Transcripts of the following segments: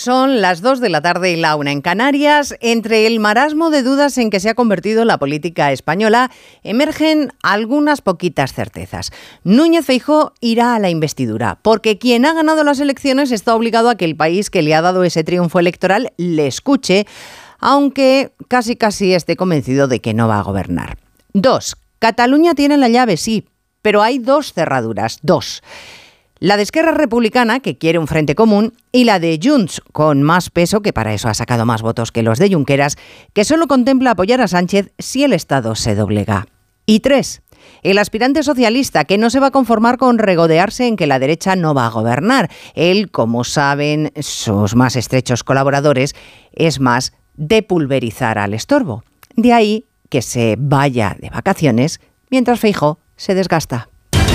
Son las 2 de la tarde y la 1 en Canarias. Entre el marasmo de dudas en que se ha convertido la política española, emergen algunas poquitas certezas. Núñez Feijóo irá a la investidura, porque quien ha ganado las elecciones está obligado a que el país que le ha dado ese triunfo electoral le escuche, aunque casi esté convencido de que no va a gobernar. 2. Cataluña tiene la llave, sí, pero hay dos cerraduras, dos. La de Esquerra Republicana, que quiere un frente común, y la de Junts, con más peso, que para eso ha sacado más votos que los de Junqueras, que solo contempla apoyar a Sánchez si el Estado se doblega. Y 3. El aspirante socialista, que no se va a conformar con regodearse en que la derecha no va a gobernar. Él, como saben sus más estrechos colaboradores, es más de pulverizar al estorbo. De ahí que se vaya de vacaciones mientras Feijóo se desgasta.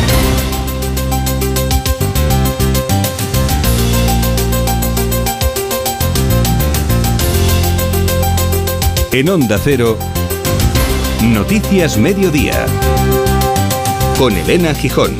En Onda Cero, Noticias Mediodía, con Elena Gijón.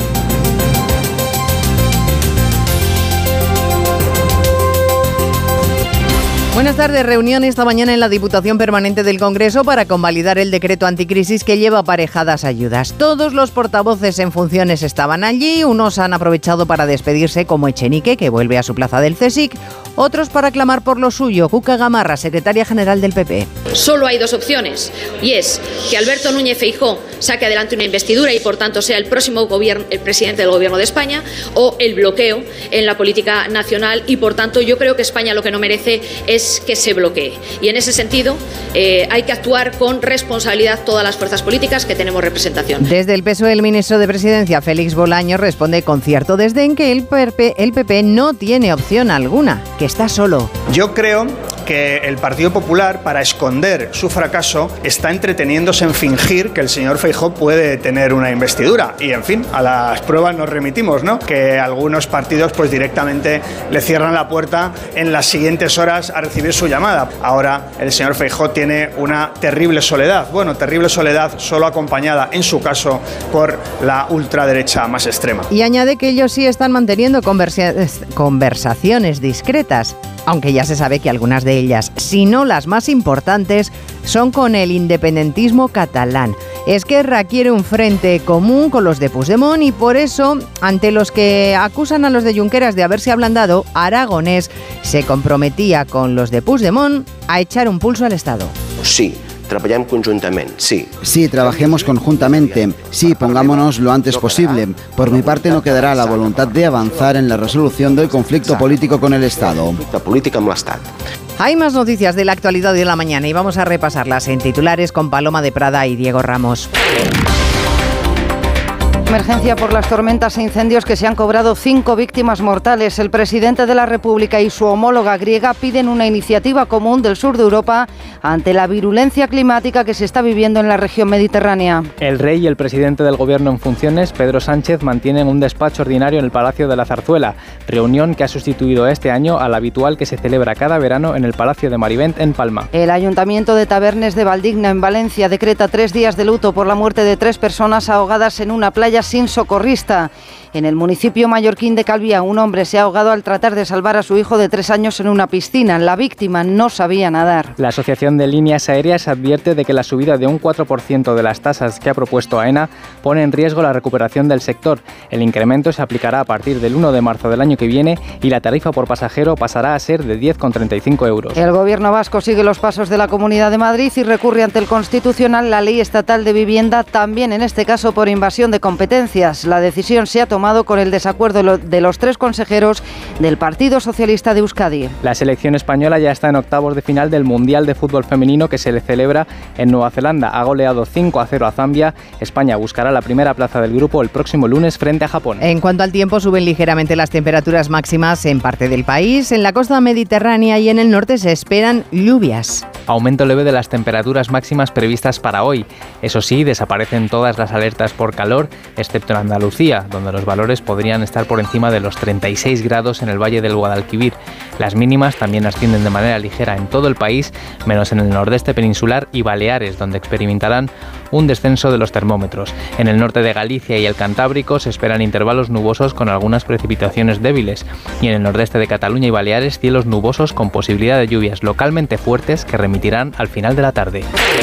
Buenas tardes. Reunión esta mañana en la Diputación Permanente del Congreso para convalidar el decreto anticrisis que lleva aparejadas ayudas. Todos los portavoces en funciones estaban allí. Unos han aprovechado para despedirse, como Echenique, que vuelve a su plaza del CSIC. Otros para clamar por lo suyo. Cuca Gamarra, secretaria general del PP. Solo hay dos opciones, y es que Alberto Núñez Feijóo saque adelante una investidura y por tanto sea el próximo el presidente del Gobierno de España, o el bloqueo en la política nacional, y por tanto yo creo que España lo que no merece es que se bloquee. Y en ese sentido hay que actuar con responsabilidad todas las fuerzas políticas que tenemos representación. Desde el PSOE, el ministro de Presidencia, Félix Bolaño, responde con cierto desdén que el PP no tiene opción alguna, que está solo. Yo creo que el Partido Popular, para esconder su fracaso, está entreteniéndose en fingir que el señor Feijóo puede tener una investidura. Y, en fin, a las pruebas nos remitimos, ¿no? Que algunos partidos pues directamente le cierran la puerta en las siguientes horas a recibir su llamada. Ahora el señor Feijóo tiene una terrible soledad. Bueno, terrible soledad solo acompañada, en su caso, por la ultraderecha más extrema. Y añade que ellos sí están manteniendo conversaciones discretas, aunque ya se sabe que algunas de ellas, si no las más importantes, son con el independentismo catalán. Esquerra quiere un frente común con los de Puigdemont y por eso, ante los que acusan a los de Junqueras de haberse ablandado, Aragonés se comprometía con los de Puigdemont a echar un pulso al Estado. Sí. Trabajemos conjuntamente, sí. Sí, trabajemos conjuntamente. Sí, pongámonos lo antes posible. Por mi parte no quedará la voluntad de avanzar en la resolución del conflicto político con el Estado. Hay más noticias de la actualidad de la mañana y vamos a repasarlas en titulares con Paloma de Prada y Diego Ramos. Emergencia por las tormentas e incendios que se han cobrado 5 víctimas mortales. El presidente de la República y su homóloga griega piden una iniciativa común del sur de Europa ante la virulencia climática que se está viviendo en la región mediterránea. El rey y el presidente del gobierno en funciones, Pedro Sánchez, mantienen un despacho ordinario en el Palacio de la Zarzuela, reunión que ha sustituido este año a la habitual que se celebra cada verano en el Palacio de Marivent en Palma. El Ayuntamiento de Tabernes de Valdigna, en Valencia, decreta 3 días de luto por la muerte de 3 personas ahogadas en una playa sin socorrista. En el municipio mallorquín de Calviá, un hombre se ha ahogado al tratar de salvar a su hijo de 3 años en una piscina. La víctima no sabía nadar. La Asociación de Líneas Aéreas advierte de que la subida de un 4% de las tasas que ha propuesto AENA pone en riesgo la recuperación del sector. El incremento se aplicará a partir del 1 de marzo del año que viene y la tarifa por pasajero pasará a ser de 10,35 euros. El gobierno vasco sigue los pasos de la Comunidad de Madrid y recurre ante el Constitucional la Ley Estatal de Vivienda, también en este caso por invasión de competencias. La decisión se ha tomado con el desacuerdo de los 3 consejeros del Partido Socialista de Euskadi. La selección española ya está en octavos de final del Mundial de Fútbol Femenino que se le celebra en Nueva Zelanda. Ha goleado 5-0 a Zambia. España buscará la primera plaza del grupo el próximo lunes frente a Japón. En cuanto al tiempo, suben ligeramente las temperaturas máximas en parte del país. En la costa mediterránea y en el norte se esperan lluvias. Aumento leve de las temperaturas máximas previstas para hoy. Eso sí, desaparecen todas las alertas por calor, excepto en Andalucía, donde los valores podrían estar por encima de los 36 grados en el Valle del Guadalquivir. Las mínimas también ascienden de manera ligera en todo el país, menos en el nordeste peninsular y Baleares, donde experimentarán un descenso de los termómetros. En el norte de Galicia y el Cantábrico se esperan intervalos nubosos con algunas precipitaciones débiles, y en el nordeste de Cataluña y Baleares cielos nubosos con posibilidad de lluvias localmente fuertes que remitirán al final de la tarde.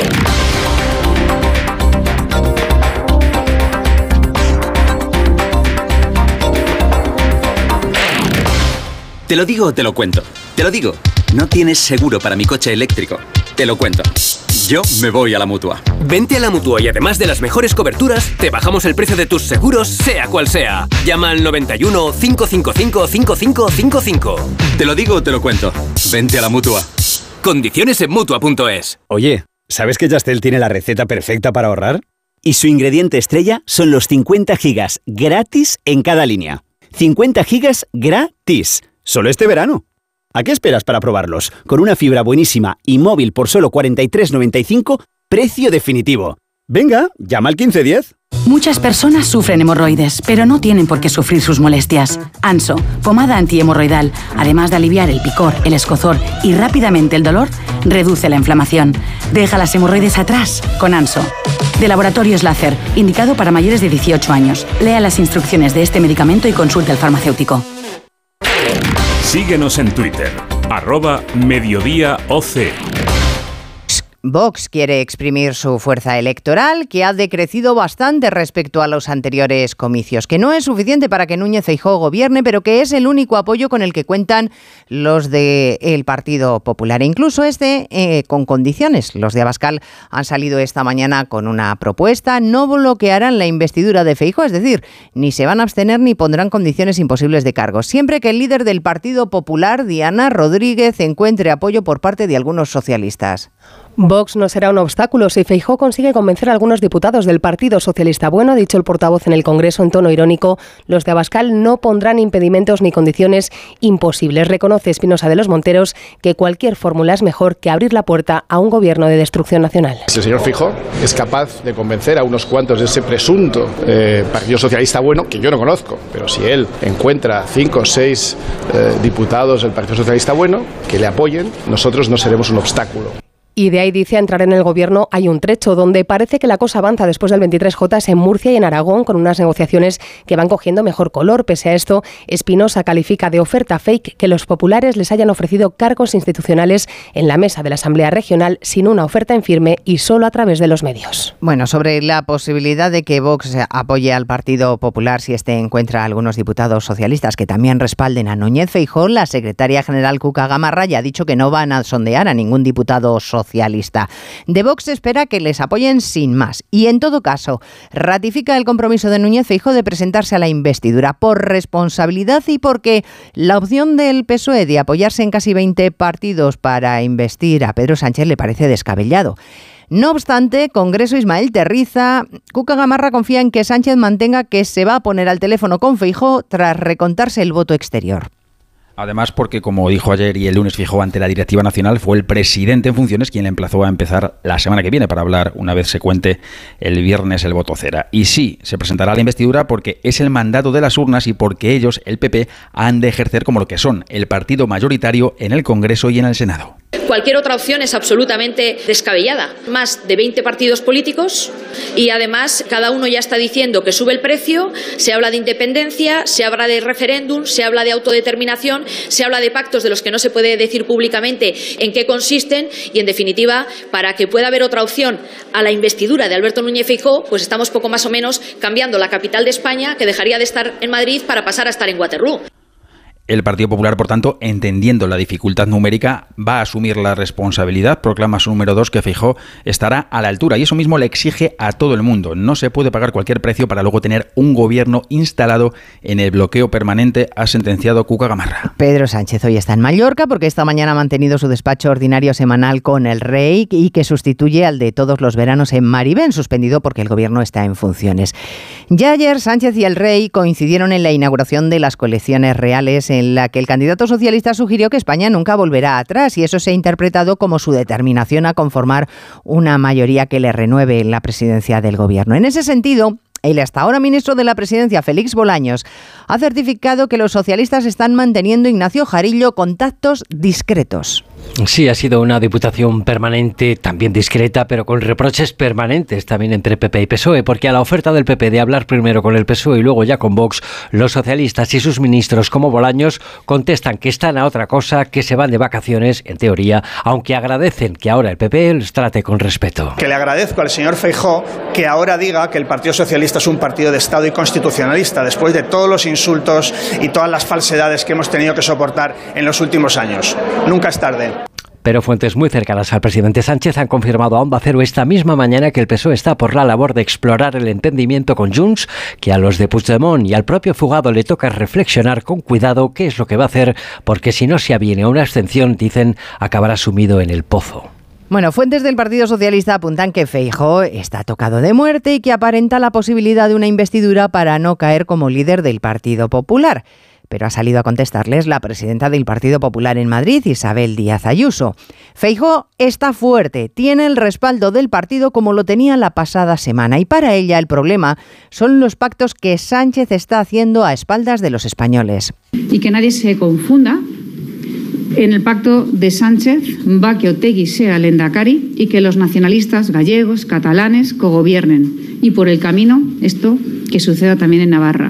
Te lo digo o te lo cuento. Te lo digo. No tienes seguro para mi coche eléctrico. Te lo cuento. Yo me voy a la Mutua. Vente a la Mutua y además de las mejores coberturas, te bajamos el precio de tus seguros, sea cual sea. Llama al 91 555 5555. Te lo digo o te lo cuento. Vente a la Mutua. Condiciones en Mutua.es. Oye, ¿sabes que Yastel tiene la receta perfecta para ahorrar? Y su ingrediente estrella son los 50 gigas gratis en cada línea. 50 gigas gratis. Solo este verano. ¿A qué esperas para probarlos? Con una fibra buenísima y móvil por solo 43,95, precio definitivo. Venga, llama al 1510. Muchas personas sufren hemorroides, pero no tienen por qué sufrir sus molestias. Anso, pomada antihemorroidal, además de aliviar el picor, el escozor y rápidamente el dolor, reduce la inflamación. Deja las hemorroides atrás con Anso. De Laboratorios Láser, indicado para mayores de 18 años. Lea las instrucciones de este medicamento y consulte al farmacéutico. Síguenos en Twitter, @mediodíaoc. Vox quiere exprimir su fuerza electoral, que ha decrecido bastante respecto a los anteriores comicios, que no es suficiente para que Núñez Feijóo gobierne, pero que es el único apoyo con el que cuentan los del Partido Popular. E incluso con condiciones. Los de Abascal han salido esta mañana con una propuesta. No bloquearán la investidura de Feijóo, es decir, ni se van a abstener ni pondrán condiciones imposibles de cargo, siempre que el líder del Partido Popular, Diana Rodríguez, encuentre apoyo por parte de algunos socialistas. Vox no será un obstáculo si Feijóo consigue convencer a algunos diputados del Partido Socialista. Bueno, ha dicho el portavoz en el Congreso en tono irónico, los de Abascal no pondrán impedimentos ni condiciones imposibles. Reconoce Espinosa de los Monteros que cualquier fórmula es mejor que abrir la puerta a un gobierno de destrucción nacional. Si el señor Feijóo es capaz de convencer a unos cuantos de ese presunto Partido Socialista bueno, que yo no conozco, pero si él encuentra 5 o 6 diputados del Partido Socialista bueno que le apoyen, nosotros no seremos un obstáculo. Y de ahí, dice, a entrar en el gobierno hay un trecho. Donde parece que la cosa avanza después del 23J es en Murcia y en Aragón, con unas negociaciones que van cogiendo mejor color. Pese a esto, Espinosa califica de oferta fake que los populares les hayan ofrecido cargos institucionales en la mesa de la Asamblea Regional sin una oferta en firme y solo a través de los medios. Bueno, sobre la posibilidad de que Vox apoye al Partido Popular si este encuentra a algunos diputados socialistas que también respalden a Núñez Feijóo, la secretaria general Cuca Gamarra ya ha dicho que no van a sondear a ningún diputado socialista. De Vox espera que les apoyen sin más y, en todo caso, ratifica el compromiso de Núñez Feijóo de presentarse a la investidura por responsabilidad y porque la opción del PSOE de apoyarse en casi 20 partidos para investir a Pedro Sánchez le parece descabellado. No obstante, Congreso Ismael Terriza, Cuca Gamarra confía en que Sánchez mantenga que se va a poner al teléfono con Feijóo tras recontarse el voto exterior. Además, porque como dijo ayer y el lunes Feijóo ante la directiva nacional, fue el presidente en funciones quien le emplazó a empezar la semana que viene para hablar una vez se cuente el viernes el voto cera. Y sí, se presentará a la investidura porque es el mandato de las urnas y porque ellos, el PP, han de ejercer como lo que son, el partido mayoritario en el Congreso y en el Senado. Cualquier otra opción es absolutamente descabellada. Más de 20 partidos políticos y además cada uno ya está diciendo que sube el precio, se habla de independencia, se habla de referéndum, se habla de autodeterminación, se habla de pactos de los que no se puede decir públicamente en qué consisten y, en definitiva, para que pueda haber otra opción a la investidura de Alberto Núñez Feijóo, pues estamos poco más o menos cambiando la capital de España, que dejaría de estar en Madrid para pasar a estar en Waterloo. El Partido Popular, por tanto, entendiendo la dificultad numérica, va a asumir la responsabilidad, proclama su número 2 que Feijóo estará a la altura y eso mismo le exige a todo el mundo. No se puede pagar cualquier precio para luego tener un gobierno instalado en el bloqueo permanente, ha sentenciado Cuca Gamarra. Pedro Sánchez hoy está en Mallorca porque esta mañana ha mantenido su despacho ordinario semanal con el Rey y que sustituye al de todos los veranos en Maribén, suspendido porque el gobierno está en funciones. Ya ayer Sánchez y el Rey coincidieron en la inauguración de las colecciones reales en la que el candidato socialista sugirió que España nunca volverá atrás y eso se ha interpretado como su determinación a conformar una mayoría que le renueve en la presidencia del gobierno. En ese sentido, El hasta ahora ministro de la Presidencia, Félix Bolaños, ha certificado que los socialistas están manteniendo, Ignacio Jarillo, contactos discretos. Sí, ha sido una diputación permanente, también discreta, pero con reproches permanentes también entre PP y PSOE, porque a la oferta del PP de hablar primero con el PSOE y luego ya con Vox, los socialistas y sus ministros como Bolaños contestan que están a otra cosa, que se van de vacaciones, en teoría, aunque agradecen que ahora el PP los trate con respeto. Que le agradezco al señor Feijóo que ahora diga que el Partido Socialista es un partido de Estado y constitucionalista, después de todos los insultos y todas las falsedades que hemos tenido que soportar en los últimos años. Nunca es tarde. Pero fuentes muy cercanas al presidente Sánchez han confirmado a Onda Cero esta misma mañana que el PSOE está por la labor de explorar el entendimiento con Junts, que a los de Puigdemont y al propio fugado le toca reflexionar con cuidado qué es lo que va a hacer, porque si no se aviene a una abstención, dicen, acabará sumido en el pozo. Bueno, fuentes del Partido Socialista apuntan que Feijóo está tocado de muerte y que aparenta la posibilidad de una investidura para no caer como líder del Partido Popular. Pero ha salido a contestarles la presidenta del Partido Popular en Madrid, Isabel Díaz Ayuso. Feijóo está fuerte, tiene el respaldo del partido como lo tenía la pasada semana y para ella el problema son los pactos que Sánchez está haciendo a espaldas de los españoles. Y que nadie se confunda. En el pacto de Sánchez va que Otegi sea lehendakari y que los nacionalistas gallegos, catalanes, cogobiernen. Y por el camino, esto que suceda también en Navarra.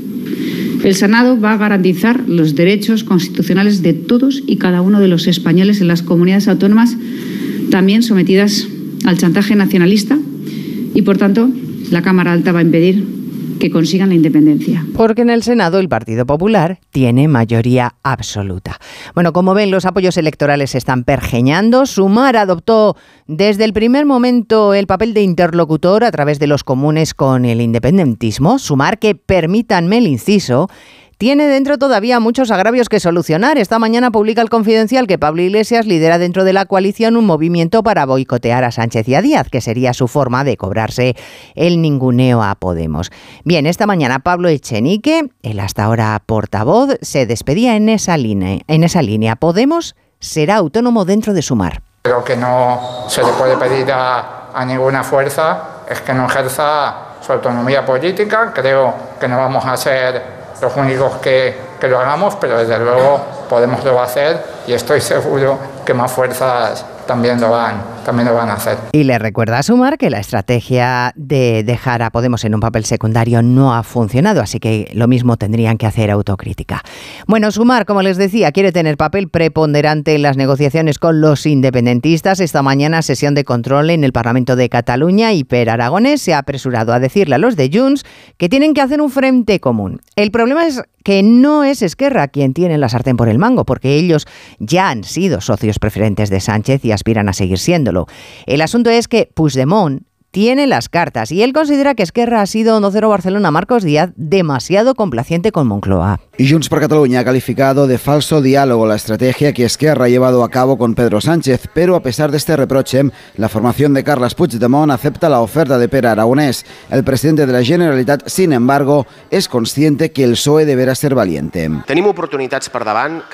El Senado va a garantizar los derechos constitucionales de todos y cada uno de los españoles en las comunidades autónomas, también sometidas al chantaje nacionalista, y por tanto la Cámara Alta va a impedir que consigan la independencia. Porque en el Senado el Partido Popular tiene mayoría absoluta. Bueno, como ven, los apoyos electorales se están pergeñando. Sumar adoptó desde el primer momento el papel de interlocutor a través de los comunes con el independentismo. Sumar, que permítanme el inciso, tiene dentro todavía muchos agravios que solucionar. Esta mañana publica El Confidencial que Pablo Iglesias lidera dentro de la coalición un movimiento para boicotear a Sánchez y a Díaz, que sería su forma de cobrarse el ninguneo a Podemos. Bien, esta mañana Pablo Echenique, el hasta ahora portavoz, se despedía en esa línea. Podemos será autónomo dentro de Sumar. Lo que no se le puede pedir a ninguna fuerza es que no ejerza su autonomía política. Creo que no vamos a ser los únicos que lo hagamos, pero desde luego Podemos lo va a hacer y estoy seguro que más fuerzas también lo van a hacer. Y le recuerda a Sumar que la estrategia de dejar a Podemos en un papel secundario no ha funcionado, así que lo mismo tendrían que hacer autocrítica. Bueno, Sumar, como les decía, quiere tener papel preponderante en las negociaciones con los independentistas. Esta mañana sesión de control en el Parlamento de Cataluña y Per Aragonés se ha apresurado a decirle a los de Junts que tienen que hacer un frente común. El problema es que no es Esquerra quien tiene la sartén por el mango, porque ellos ya han sido socios preferentes de Sánchez y aspiran a seguir siéndolo. El asunto es que Puigdemont tiene las cartas y él considera que Esquerra ha sido Onda Cero Barcelona Marcos Díaz demasiado complaciente con Moncloa. Y Junts per Catalunya ha calificado de falso diálogo la estrategia que Esquerra ha llevado a cabo con Pedro Sánchez, pero a pesar de este reproche, la formación de Carles Puigdemont acepta la oferta de Per Aragonés. El presidente de la Generalitat, sin embargo, es consciente que el PSOE deberá ser valiente. Tenemos oportunidades por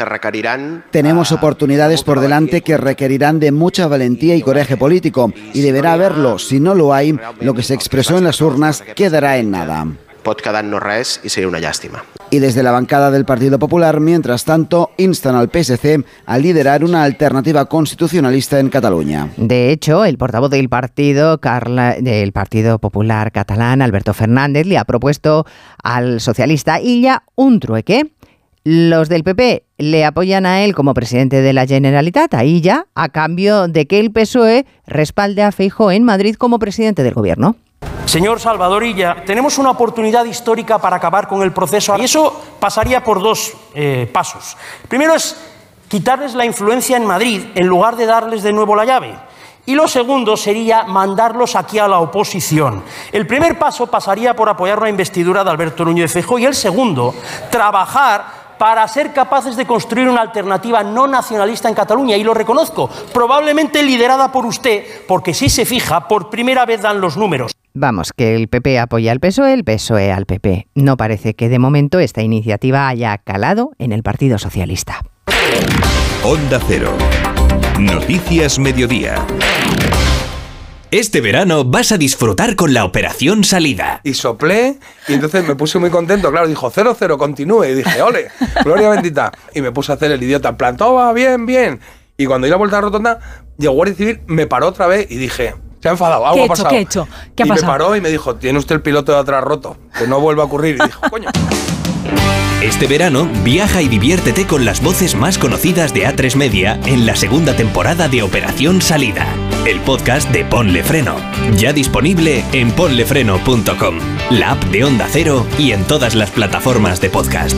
delante que requerirán de mucha valentía y coraje político, y deberá haberlo. Si no lo hay, lo que se expresó en las urnas quedará en nada. Pot quedar en no res y sería una llàstima. Y desde la bancada del Partido Popular, mientras tanto, instan al PSC a liderar una alternativa constitucionalista en Cataluña. De hecho, el portavoz del Partido Popular catalán, Alberto Fernández, le ha propuesto al socialista Illa un trueque. Los del PP le apoyan a él como presidente de la Generalitat, a Illa, a cambio de que el PSOE respalde a Feijóo en Madrid como presidente del gobierno. Señor Salvador Illa, tenemos una oportunidad histórica para acabar con el proceso y eso pasaría por dos pasos. Primero es quitarles la influencia en Madrid en lugar de darles de nuevo la llave. Y lo segundo sería mandarlos aquí a la oposición. El primer paso pasaría por apoyar una investidura de Alberto Núñez Feijóo y el segundo, trabajar para ser capaces de construir una alternativa no nacionalista en Cataluña, y lo reconozco, probablemente liderada por usted, porque si se fija, por primera vez dan los números. Vamos, que el PP apoya al PSOE, el PSOE al PP. No parece que de momento esta iniciativa haya calado en el Partido Socialista. Onda Cero. Noticias Mediodía. Este verano vas a disfrutar con la Operación Salida. Y soplé, y entonces me puse muy contento. Claro, dijo 0-0, continúe. Y dije, ole, gloria bendita. Y me puse a hacer el idiota, en plan, todo va bien, bien. Y cuando di la vuelta a la rotonda, llegó Guardia Civil, me paró otra vez y dije, se ha enfadado, algo ha pasado. ¿Qué he hecho? ¿Qué ha pasado? Y me paró y me dijo, tiene usted el piloto de atrás roto, que no vuelva a ocurrir. Y dijo, coño. Este verano, viaja y diviértete con las voces más conocidas de A3 Media en la segunda temporada de Operación Salida, el podcast de Ponle Freno. Ya disponible en ponlefreno.com, la app de Onda Cero y en todas las plataformas de podcast.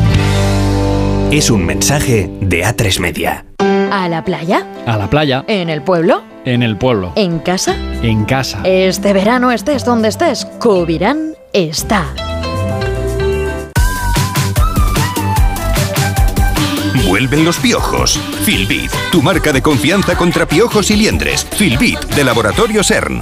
Es un mensaje de A3 Media. ¿A la playa? A la playa. ¿En el pueblo? En el pueblo. ¿En casa? En casa. Este verano estés donde estés, Covirán está. Vuelven los piojos. Filbit, tu marca de confianza contra piojos y liendres. Filbit, de Laboratorio CERN.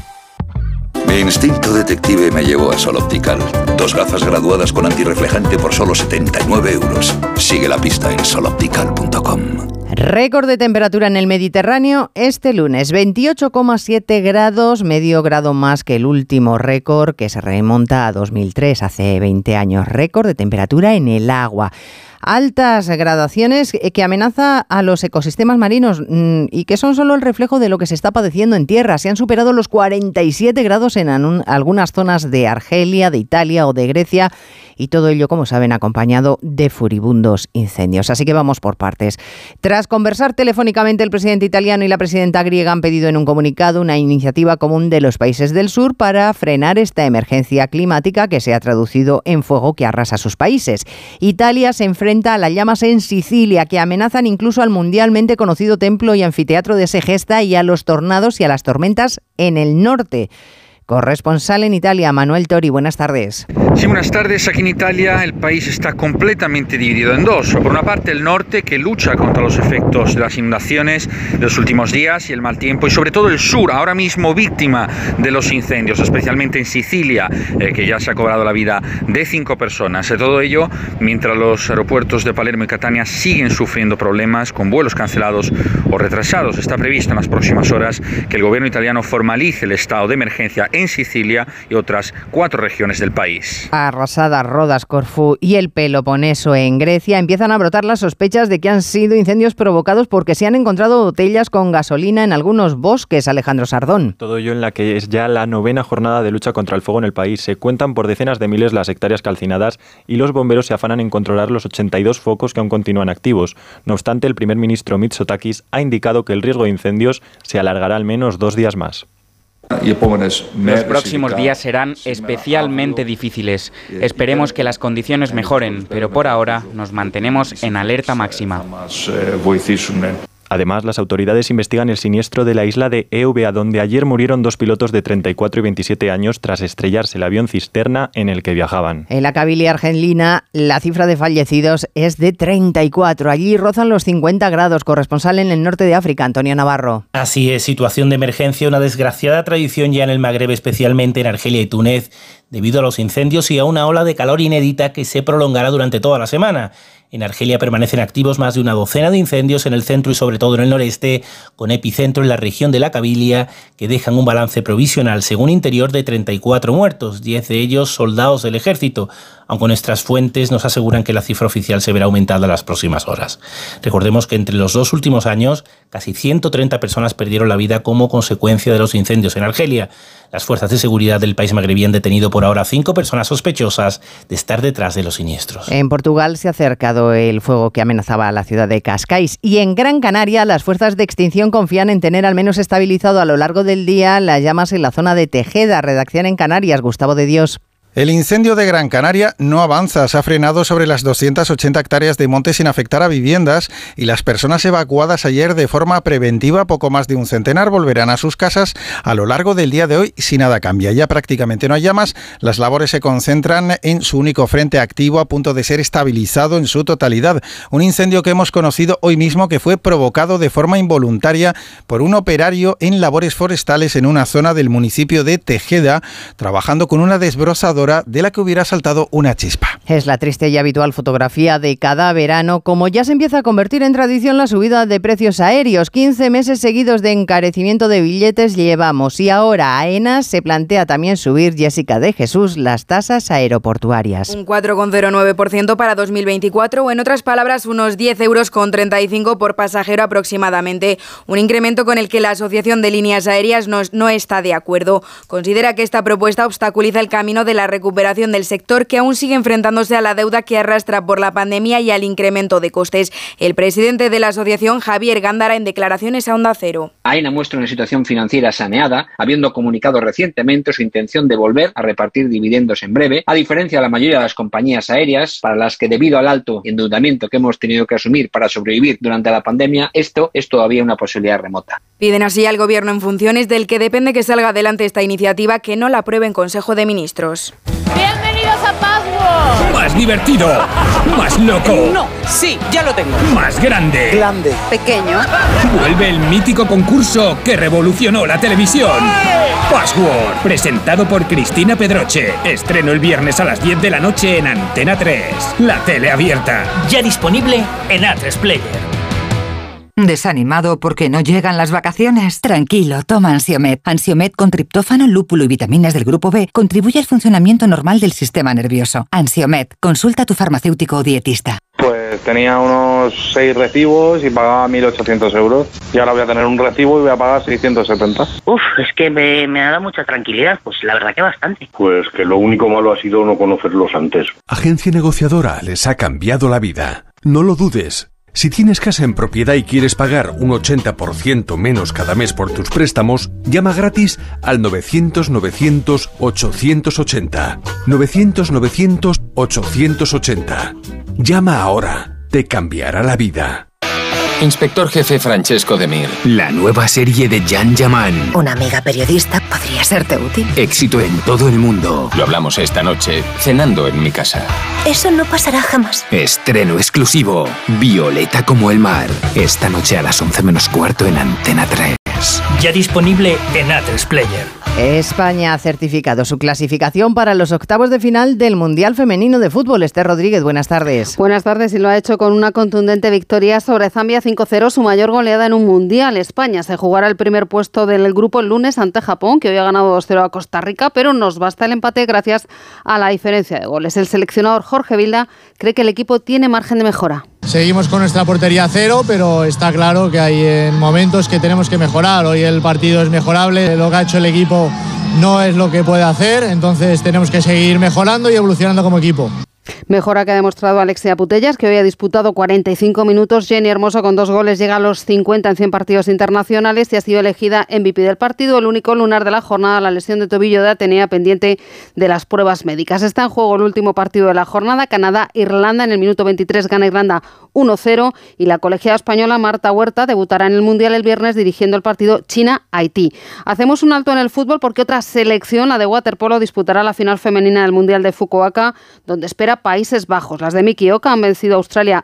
Mi instinto detective me llevó a Sol Optical. 2 gafas graduadas con antirreflejante por solo 79 euros. Sigue la pista en soloptical.com. Récord de temperatura en el Mediterráneo este lunes, 28,7 grados, medio grado más que el último récord que se remonta a 2003, hace 20 años. Récord de temperatura en el agua. Altas gradaciones que amenaza a los ecosistemas marinos y que son solo el reflejo de lo que se está padeciendo en tierra. Se han superado los 47 grados en algunas zonas de Argelia, de Italia o de Grecia, y todo ello, como saben, acompañado de furibundos incendios. Así que vamos por partes. Tras conversar telefónicamente, el presidente italiano y la presidenta griega han pedido en un comunicado una iniciativa común de los países del sur para frenar esta emergencia climática que se ha traducido en fuego que arrasa sus países. Italia se enfrenta a las llamas en Sicilia, que amenazan incluso al mundialmente conocido templo y anfiteatro de Segesta, y a los tornados y a las tormentas en el norte. Corresponsal en Italia, Manuel Tori, buenas tardes. Sí, buenas tardes. Aquí en Italia el país está completamente dividido en dos. Por una parte, el norte, que lucha contra los efectos de las inundaciones de los últimos días y el mal tiempo, y sobre todo el sur, ahora mismo víctima de los incendios, especialmente en Sicilia, que ya se ha cobrado la vida de 5 personas. Todo ello mientras los aeropuertos de Palermo y Catania siguen sufriendo problemas con vuelos cancelados o retrasados. Está previsto en las próximas horas que el gobierno italiano formalice el estado de emergencia en Sicilia y otras 4 regiones del país. Arrasada Rodas, Corfú y el Peloponeso en Grecia, empiezan a brotar las sospechas de que han sido incendios provocados porque se han encontrado botellas con gasolina en algunos bosques. Alejandro Sardón. Todo ello en la que es ya la 9ª jornada de lucha contra el fuego en el país. Se cuentan por decenas de miles las hectáreas calcinadas y los bomberos se afanan en controlar los 82 focos que aún continúan activos. No obstante, el primer ministro Mitsotakis ha indicado que el riesgo de incendios se alargará al menos 2 días más. Los próximos días serán especialmente difíciles. Esperemos que las condiciones mejoren, pero por ahora nos mantenemos en alerta máxima. Además, las autoridades investigan el siniestro de la isla de Eubea, donde ayer murieron 2 pilotos de 34 y 27 años tras estrellarse el avión cisterna en el que viajaban. En la Cabilia argelina, la cifra de fallecidos es de 34. Allí rozan los 50 grados. Corresponsal en el norte de África, Antonio Navarro. Así es, situación de emergencia, una desgraciada tradición ya en el Magreb, especialmente en Argelia y Túnez, debido a los incendios y a una ola de calor inédita que se prolongará durante toda la semana. En Argelia permanecen activos más de una docena de incendios en el centro y sobre todo en el noreste, con epicentro en la región de la Cabilia, que dejan un balance provisional, según Interior, de 34 muertos, 10 de ellos soldados del ejército, aunque nuestras fuentes nos aseguran que la cifra oficial se verá aumentada en las próximas horas. Recordemos que entre los 2 últimos años, casi 130 personas perdieron la vida como consecuencia de los incendios en Argelia. Las fuerzas de seguridad del país magrebí han detenido por ahora 5 personas sospechosas de estar detrás de los siniestros. En Portugal se ha acercado el fuego que amenazaba a la ciudad de Cascais, y en Gran Canaria las fuerzas de extinción confían en tener al menos estabilizado a lo largo del día las llamas en la zona de Tejeda. Redacción en Canarias, Gustavo de Dios. El incendio de Gran Canaria no avanza, se ha frenado sobre las 280 hectáreas de monte sin afectar a viviendas, y las personas evacuadas ayer de forma preventiva, poco más de un centenar, volverán a sus casas a lo largo del día de hoy si nada cambia. Ya prácticamente no hay llamas, las labores se concentran en su único frente activo a punto de ser estabilizado en su totalidad. Un incendio que hemos conocido hoy mismo, que fue provocado de forma involuntaria por un operario en labores forestales en una zona del municipio de Tejeda, trabajando con una desbrozadora voladora de la que hubiera saltado una chispa. Es la triste y habitual fotografía de cada verano, como ya se empieza a convertir en tradición la subida de precios aéreos. 15 meses seguidos de encarecimiento de billetes llevamos y ahora AENA se plantea también subir, Jessica de Jesús, las tasas aeroportuarias. Un 4,09% para 2024 o en otras palabras unos 10,35 € por pasajero aproximadamente. Un incremento con el que la Asociación de Líneas Aéreas no está de acuerdo. Considera que esta propuesta obstaculiza el camino de la recuperación del sector, que aún sigue enfrentándose a la deuda que arrastra por la pandemia y al incremento de costes. El presidente de la asociación, Javier Gándara, en declaraciones a Onda Cero. AENA muestra una situación financiera saneada, habiendo comunicado recientemente su intención de volver a repartir dividendos en breve, a diferencia de la mayoría de las compañías aéreas, para las que debido al alto endeudamiento que hemos tenido que asumir para sobrevivir durante la pandemia, esto es todavía una posibilidad remota. Piden así al Gobierno en funciones, del que depende que salga adelante esta iniciativa, que no la apruebe en Consejo de Ministros. ¡Bienvenidos a Password! Más divertido, más loco. No, sí, ya lo tengo. Más grande. Grande. Pequeño. Vuelve el mítico concurso que revolucionó la televisión. Password, presentado por Cristina Pedroche. Estreno el viernes a las 10 de la noche en Antena 3. La tele abierta. Ya disponible en A3 Player. ¿Desanimado porque no llegan las vacaciones? Tranquilo, toma Ansiomed. Ansiomed con triptófano, lúpulo y vitaminas del grupo B contribuye al funcionamiento normal del sistema nervioso. Ansiomed, consulta a tu farmacéutico o dietista. Pues tenía unos 6 recibos y pagaba 1.800 euros. Y ahora voy a tener un recibo y voy a pagar 670. Es que me ha dado mucha tranquilidad. Pues la verdad que bastante. Pues que lo único malo ha sido no conocerlos antes. Agencia Negociadora les ha cambiado la vida. No lo dudes. Si tienes casa en propiedad y quieres pagar un 80% menos cada mes por tus préstamos, llama gratis al 900-900-880. 900-900-880. Llama ahora. Te cambiará la vida. Inspector Jefe Francesco De Mir, la nueva serie de Jan Yaman. Una amiga periodista podría serte útil. Éxito en todo el mundo. Lo hablamos esta noche, cenando en mi casa. Eso no pasará jamás. Estreno exclusivo, Violeta como el mar. Esta noche a las 11:15 en Antena 3. Ya disponible en A3 Player. España ha certificado su clasificación para los octavos de final del Mundial Femenino de Fútbol. Esther Rodríguez, buenas tardes. Buenas tardes, y lo ha hecho con una contundente victoria sobre Zambia 5-0, su mayor goleada en un Mundial. España se jugará el primer puesto del grupo el lunes ante Japón, que hoy ha ganado 2-0 a Costa Rica, pero nos basta el empate gracias a la diferencia de goles. El seleccionador Jorge Vilda cree que el equipo tiene margen de mejora. Seguimos con nuestra portería cero, pero está claro que hay momentos que tenemos que mejorar. Hoy el partido es mejorable, lo que ha hecho el equipo no es lo que puede hacer, entonces tenemos que seguir mejorando y evolucionando como equipo. Mejora que ha demostrado Alexia Putellas, que hoy ha disputado 45 minutos. Jenny Hermoso, con 2 goles, llega a los 50 en 100 partidos internacionales y ha sido elegida MVP del partido. El único lunar de la jornada, la lesión de tobillo de Atenea, pendiente de las pruebas médicas. Está en juego el último partido de la jornada, Canadá-Irlanda. En el minuto 23 gana Irlanda 1-0 y la colegiada española Marta Huerta debutará en el Mundial el viernes dirigiendo el partido China-Haití. Hacemos un alto en el fútbol porque otra selección, la de waterpolo, disputará la final femenina del Mundial de Fukuoka, donde espera Países Bajos. Las de Miki Oka han vencido a Australia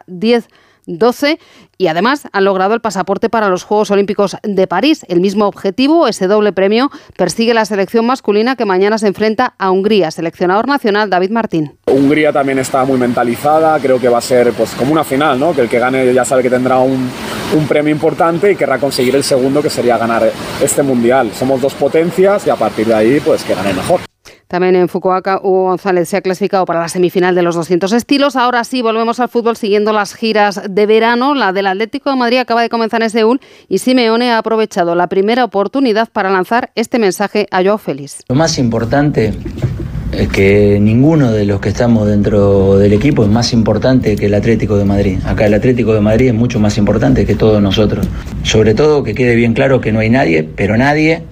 10-12 y además han logrado el pasaporte para los Juegos Olímpicos de París. El mismo objetivo, ese doble premio, persigue la selección masculina, que mañana se enfrenta a Hungría. Seleccionador nacional David Martín. Hungría también está muy mentalizada, creo que va a ser pues como una final, ¿no? Que el que gane ya sabe que tendrá un premio importante y querrá conseguir el segundo, que sería ganar este mundial. Somos 2 potencias y a partir de ahí pues que gane mejor. También en Fukuoka, Hugo González se ha clasificado para la semifinal de los 200 estilos. Ahora sí, volvemos al fútbol siguiendo las giras de verano. La del Atlético de Madrid acaba de comenzar en Seúl y Simeone ha aprovechado la primera oportunidad para lanzar este mensaje a Joao Félix. Lo más importante es que ninguno de los que estamos dentro del equipo es más importante que el Atlético de Madrid. Acá el Atlético de Madrid es mucho más importante que todos nosotros. Sobre todo que quede bien claro que no hay nadie, pero nadie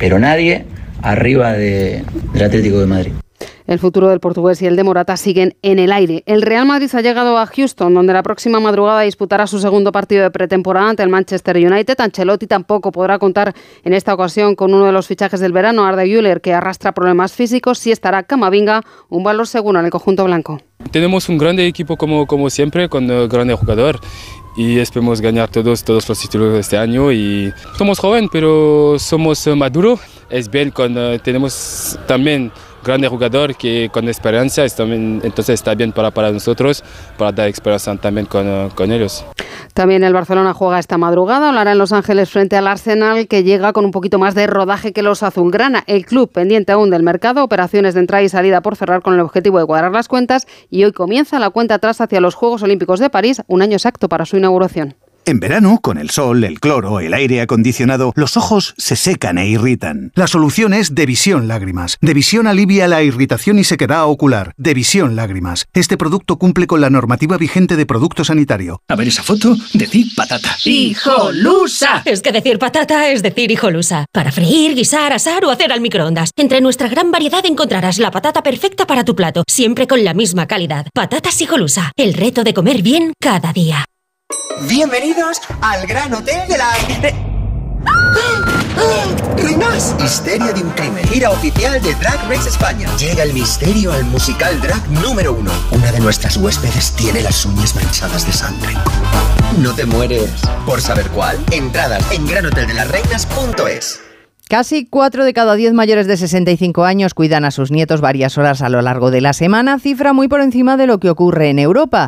arriba del Atlético de Madrid. El futuro del portugués y el de Morata siguen en el aire. El Real Madrid ha llegado a Houston, donde la próxima madrugada disputará su segundo partido de pretemporada ante el Manchester United. Ancelotti tampoco podrá contar en esta ocasión con uno de los fichajes del verano, Arda Güler, que arrastra problemas físicos. Sí estará Camavinga, un valor seguro en el conjunto blanco. Tenemos un grande equipo como siempre, con un grande jugador. Y esperemos ganar todos los títulos de este año. Y somos jóvenes, pero somos maduros. Es bien cuando tenemos también grande jugador que con experiencia, entonces está bien para nosotros, para dar experiencia también con ellos. También el Barcelona juega esta madrugada, hablará en Los Ángeles frente al Arsenal, que llega con un poquito más de rodaje que los azulgrana. El club pendiente aún del mercado, operaciones de entrada y salida por cerrar con el objetivo de cuadrar las cuentas, y hoy comienza la cuenta atrás hacia los Juegos Olímpicos de París, un año exacto para su inauguración. En verano, con el sol, el cloro, el aire acondicionado, los ojos se secan e irritan. La solución es Devisión Lágrimas. Devisión alivia la irritación y sequedad ocular. Devisión Lágrimas. Este producto cumple con la normativa vigente de producto sanitario. A ver esa foto, decir patata. ¡Hijolusa! Es que decir patata es decir hijolusa. Para freír, guisar, asar o hacer al microondas. Entre nuestra gran variedad encontrarás la patata perfecta para tu plato, siempre con la misma calidad. Patatas Hijolusa. El reto de comer bien cada día. Bienvenidos al Gran Hotel de la... ¡Reinas! Histeria de un crimen. Gira oficial de Drag Race España. Llega el misterio al musical drag número 1. Una de nuestras huéspedes tiene las uñas manchadas de sangre. No te mueres por saber cuál. Entradas en granhoteldelasreinas.es. Casi 4 de cada 10 mayores de 65 años cuidan a sus nietos varias horas a lo largo de la semana, cifra muy por encima de lo que ocurre en Europa.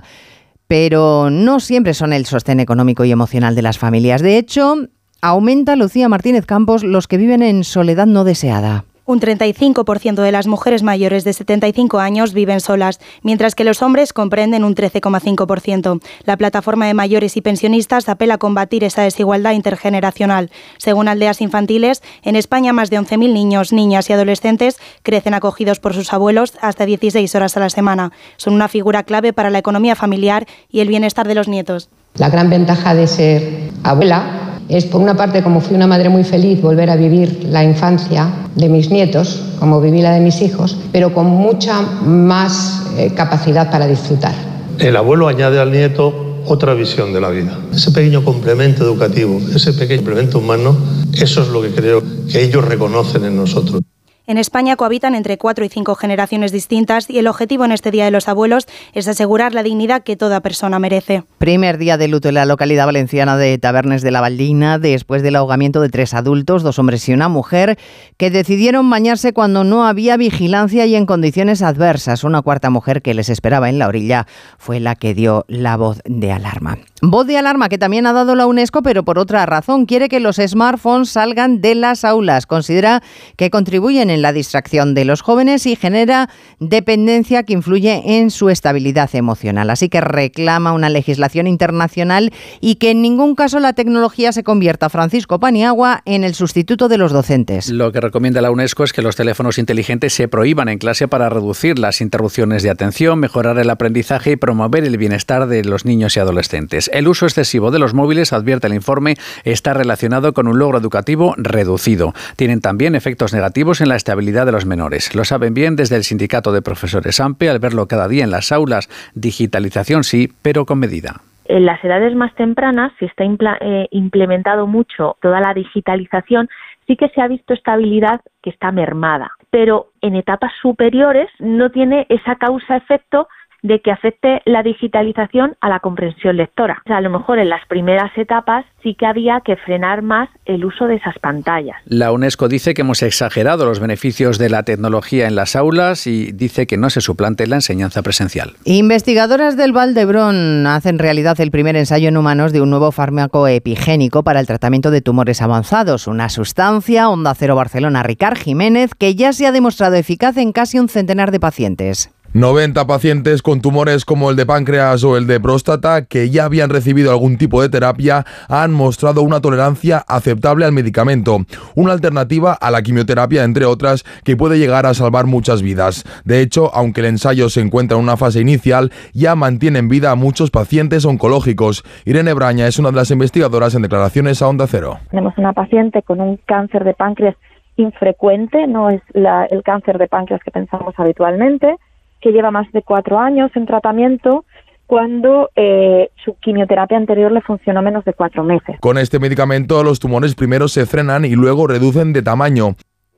Pero no siempre son el sostén económico y emocional de las familias. De hecho, aumenta, Lucía Martínez Campos, los que viven en soledad no deseada. Un 35% de las mujeres mayores de 75 años viven solas, mientras que los hombres comprenden un 13,5%. La plataforma de mayores y pensionistas apela a combatir esa desigualdad intergeneracional. Según Aldeas Infantiles, en España más de 11.000 niños, niñas y adolescentes crecen acogidos por sus abuelos hasta 16 horas a la semana. Son una figura clave para la economía familiar y el bienestar de los nietos. La gran ventaja de ser abuela es, por una parte, como fui una madre muy feliz, volver a vivir la infancia de mis nietos, como viví la de mis hijos, pero con mucha más capacidad para disfrutar. El abuelo añade al nieto otra visión de la vida. Ese pequeño complemento educativo, ese pequeño complemento humano, eso es lo que creo que ellos reconocen en nosotros. En España cohabitan entre 4 y 5 generaciones distintas y el objetivo en este Día de los Abuelos es asegurar la dignidad que toda persona merece. Primer día de luto en la localidad valenciana de Tabernes de la Valdina después del ahogamiento de 3 adultos, 2 hombres y una mujer, que decidieron bañarse cuando no había vigilancia y en condiciones adversas. Una cuarta mujer que les esperaba en la orilla fue la que dio la voz de alarma. Voz de alarma que también ha dado la UNESCO, pero por otra razón. Quiere que los smartphones salgan de las aulas. Considera que contribuyen en la distracción de los jóvenes y genera dependencia que influye en su estabilidad emocional. Así que reclama una legislación internacional y que en ningún caso la tecnología se convierta, Francisco Paniagua, en el sustituto de los docentes. Lo que recomienda la UNESCO es que los teléfonos inteligentes se prohíban en clase para reducir las interrupciones de atención, mejorar el aprendizaje y promover el bienestar de los niños y adolescentes. El uso excesivo de los móviles, advierte el informe, está relacionado con un logro educativo reducido. Tienen también efectos negativos en la estabilidad de los menores. Lo saben bien desde el sindicato de profesores AMPE al verlo cada día en las aulas. Digitalización sí, pero con medida. En las edades más tempranas, si está implementado mucho toda la digitalización, sí que se ha visto esta habilidad que está mermada. Pero en etapas superiores no tiene esa causa-efecto de que afecte la digitalización a la comprensión lectora. O sea, a lo mejor en las primeras etapas sí que había que frenar más el uso de esas pantallas. La UNESCO dice que hemos exagerado los beneficios de la tecnología en las aulas y dice que no se suplante la enseñanza presencial. Investigadoras del Vall d'Hebron hacen realidad el primer ensayo en humanos de un nuevo fármaco epigénico para el tratamiento de tumores avanzados. Una sustancia, Onda Cero Barcelona, Ricard Jiménez, que ya se ha demostrado eficaz en casi un centenar de pacientes. 90 pacientes con tumores como el de páncreas o el de próstata que ya habían recibido algún tipo de terapia han mostrado una tolerancia aceptable al medicamento, una alternativa a la quimioterapia, entre otras, que puede llegar a salvar muchas vidas. De hecho, aunque el ensayo se encuentra en una fase inicial, ya mantiene en vida a muchos pacientes oncológicos. Irene Braña es una de las investigadoras en declaraciones a Onda Cero. Tenemos una paciente con un cáncer de páncreas infrecuente, no es el cáncer de páncreas que pensamos habitualmente, que lleva más de 4 años en tratamiento cuando su quimioterapia anterior le funcionó menos de 4 meses. Con este medicamento los tumores primero se frenan y luego reducen de tamaño.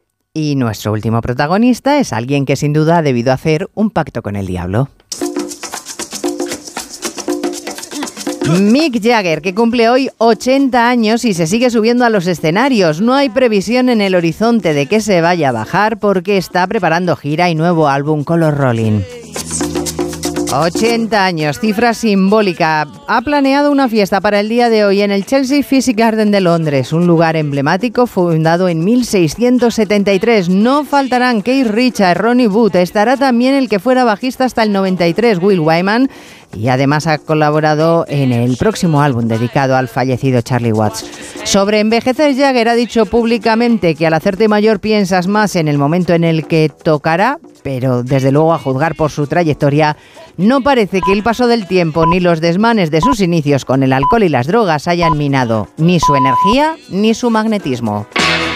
Y nuestro último protagonista es alguien que sin duda ha debido hacer un pacto con el diablo. Mick Jagger, que cumple hoy 80 años y se sigue subiendo a los escenarios. No hay previsión en el horizonte de que se vaya a bajar porque está preparando gira y nuevo álbum con los Rolling. 80 años, cifra simbólica. Ha planeado una fiesta para el día de hoy en el Chelsea Physic Garden de Londres, un lugar emblemático fundado en 1673. No faltarán Keith Richards, Ronnie Wood, estará también el que fuera bajista hasta el 93, Will Wyman, y además ha colaborado en el próximo álbum dedicado al fallecido Charlie Watts. Sobre envejecer, Jagger ha dicho públicamente que al hacerte mayor piensas más en el momento en el que tocará, pero desde luego a juzgar por su trayectoria, no parece que el paso del tiempo ni los desmanes de sus inicios con el alcohol y las drogas hayan minado ni su energía ni su magnetismo.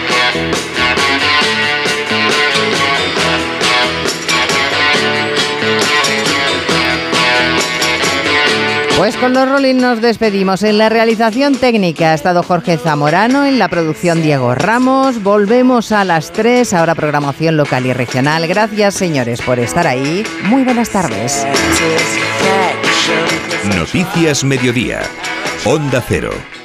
Pues con los Rolling nos despedimos. En la realización técnica ha estado Jorge Zamorano, en la producción Diego Ramos. Volvemos a las 3, ahora programación local y regional. Gracias, señores, por estar ahí. Muy buenas tardes. Noticias Mediodía. Onda Cero.